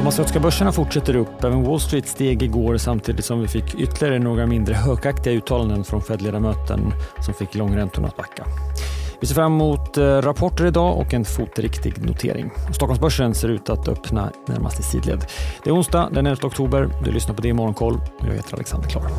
De asiatiska börserna fortsätter upp. Även Wall Street steg igår samtidigt som vi fick ytterligare några mindre högaktiga uttalanden från Fed-ledamöten som fick långräntorna att backa. Vi ser fram emot rapporter idag och en fotriktig notering. Stockholmsbörsen ser ut att öppna närmast i sidled. Det är onsdag den 11 oktober. Du lyssnar på det i Morgonkoll och jag heter Alexander Klar.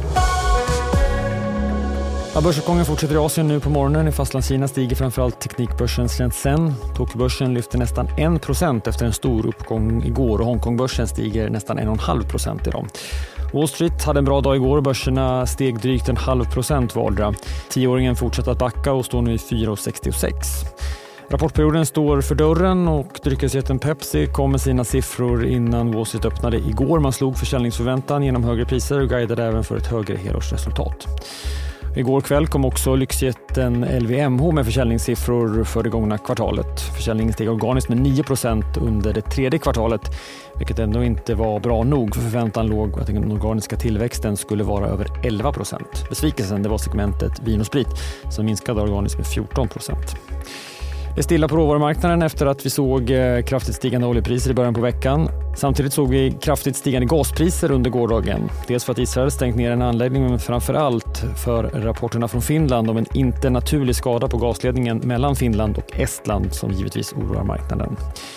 Börsuppgången fortsätter i Asien nu på morgonen. I Fastlandskina stiger framförallt teknikbörsen Shenzhen. Tokyobörsen lyfter nästan 1% efter en stor uppgång igår och Hongkongbörsen stiger nästan 1,5% idag. Wall Street hade en bra dag igår och börserna steg drygt 0,5% vardera. 10-åringen fortsätter att backa och står nu i 4,66. Rapportperioden står för dörren och dryckesjätten Pepsi kom med sina siffror innan Wall Street öppnade igår. Man slog försäljningsförväntan genom högre priser och guidade även för ett högre helårsresultat. Igår kväll kom också lyxjätten LVMH med försäljningssiffror för det gångna kvartalet. Försäljningen steg organiskt med 9% under det tredje kvartalet, vilket ändå inte var bra nog för förväntan låg att den organiska tillväxten skulle vara över 11%. Besvikelsen det var segmentet vin och sprit som minskade organiskt med 14%. Det är stilla på råvarumarknaden efter att vi såg kraftigt stigande oljepriser i början på veckan. Samtidigt såg vi kraftigt stigande gaspriser under gårdagen. Dels för att Israel stängt ner en anläggning men framförallt för rapporterna från Finland om en inte naturlig skada på gasledningen mellan Finland och Estland som givetvis oroar marknaden.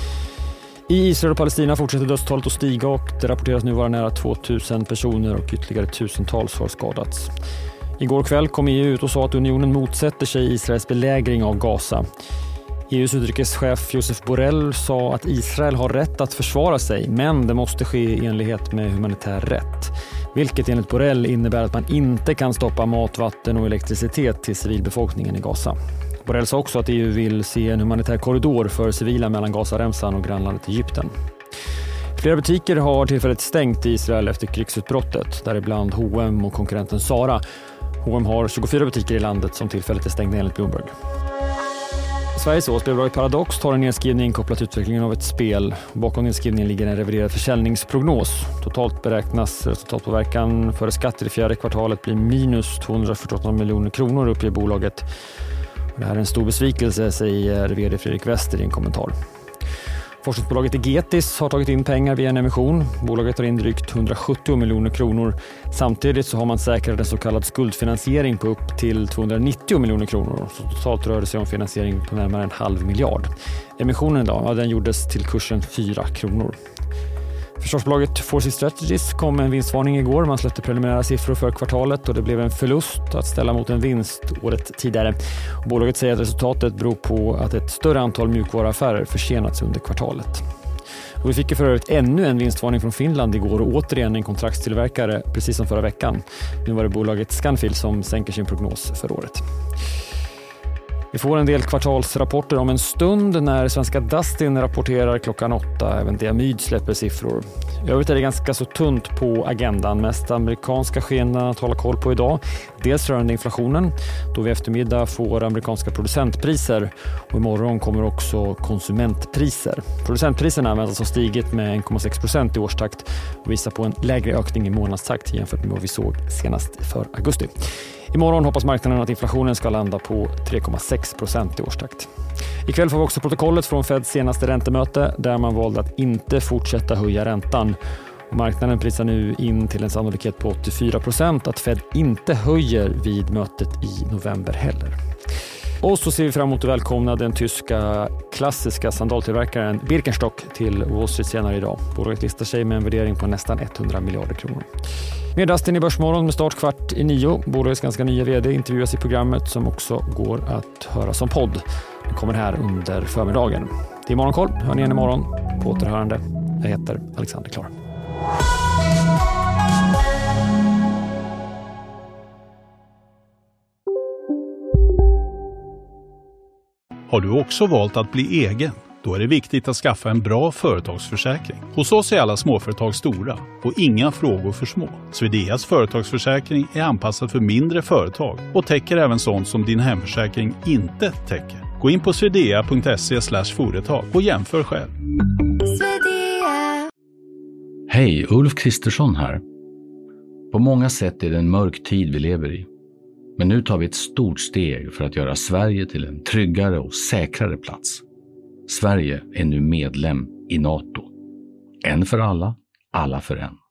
I Israel och Palestina fortsätter dödstalet att stiga och det rapporteras nu vara nära 2000 personer och ytterligare tusentals har skadats. Igår kväll kom EU ut och sa att unionen motsätter sig Israels belägring av Gaza. EUs utrikeschef Josep Borrell sa att Israel har rätt att försvara sig men det måste ske i enlighet med humanitär rätt. Vilket enligt Borrell innebär att man inte kan stoppa mat, vatten och elektricitet till civilbefolkningen i Gaza. Borrell sa också att EU vill se en humanitär korridor för civila mellan Gazaremsan och grannlandet Egypten. Flera butiker har tillfälligt stängt i Israel efter krigsutbrottet, däribland H&M och konkurrenten Zara. H&M har 24 butiker i landet som tillfälligt är stängda enligt Bloomberg. Sveriges årsspelbolag Paradox tar en nedskrivning kopplat till utvecklingen av ett spel. Bakom nedskrivningen ligger en reviderad försäljningsprognos. Totalt beräknas resultatpåverkan före skatt i det fjärde kvartalet bli minus 248 miljoner kronor uppger bolaget. Det här är en stor besvikelse, säger vd Fredrik Wester i en kommentar. Forskningsbolaget Egetis har tagit in pengar via en emission. Bolaget tar in drygt 170 miljoner kronor. Samtidigt så har man säkrat en så kallad skuldfinansiering på upp till 290 miljoner kronor. Så totalt rör det sig om finansiering på närmare 0,5 miljard. Emissionen idag, den gjordes till kursen 4 kronor. Försvarsbolaget Forces Strategies kom med en vinstvarning igår. Man släppte preliminära siffror för kvartalet och det blev en förlust att ställa mot en vinst året tidigare. Bolaget säger att resultatet beror på att ett större antal mjukvaruaffärer försenats under kvartalet. Och vi fick för övrigt ännu en vinstvarning från Finland igår och återigen en kontraktstillverkare precis som förra veckan. Nu var det bolaget Scanfil som sänker sin prognos för året. Vi får en del kvartalsrapporter om en stund när svenska Dustin rapporterar klockan 8. Även Diamyd släpper siffror. I övrigt är det ganska så tunt på agendan. Mest amerikanska skeenden att hålla koll på idag. Dels rörande inflationen, då vi eftermiddag får amerikanska producentpriser. Och imorgon kommer också konsumentpriser. Producentpriserna har stigit med 1,6% i årstakt och visar på en lägre ökning i månadstakt jämfört med vad vi såg senast för augusti. Imorgon hoppas marknaden att inflationen ska landa på 3,6% i årstakt. Ikväll får vi också protokollet från Feds senaste räntemöte där man valde att inte fortsätta höja räntan. Och marknaden prisar nu in till en sannolikhet på 84% att Fed inte höjer vid mötet i november heller. Och så ser vi fram emot att välkomna den tyska klassiska sandaltillverkaren Birkenstock till Wall Street senare idag. Bolaget listar sig med en värdering på nästan 100 miljarder kronor. Med Dustin i Börsmorgon med start 8:45. Bolagets ganska nya vd intervjuas i programmet som också går att höra som podd. Det kommer här under förmiddagen. Det är Morgonkoll. Hör ni igen imorgon. På återhörande. Jag heter Alexander Klar. Har du också valt att bli egen? Då är det viktigt att skaffa en bra företagsförsäkring. Hos oss är alla småföretag stora och inga frågor för små. Swedeas företagsförsäkring är anpassad för mindre företag och täcker även sånt som din hemförsäkring inte täcker. Gå in på swedea.se/företag och jämför själv. Hej, Ulf Kristersson här. På många sätt är det en mörk tid vi lever i. Men nu tar vi ett stort steg för att göra Sverige till en tryggare och säkrare plats. Sverige är nu medlem i NATO. En för alla, alla för en.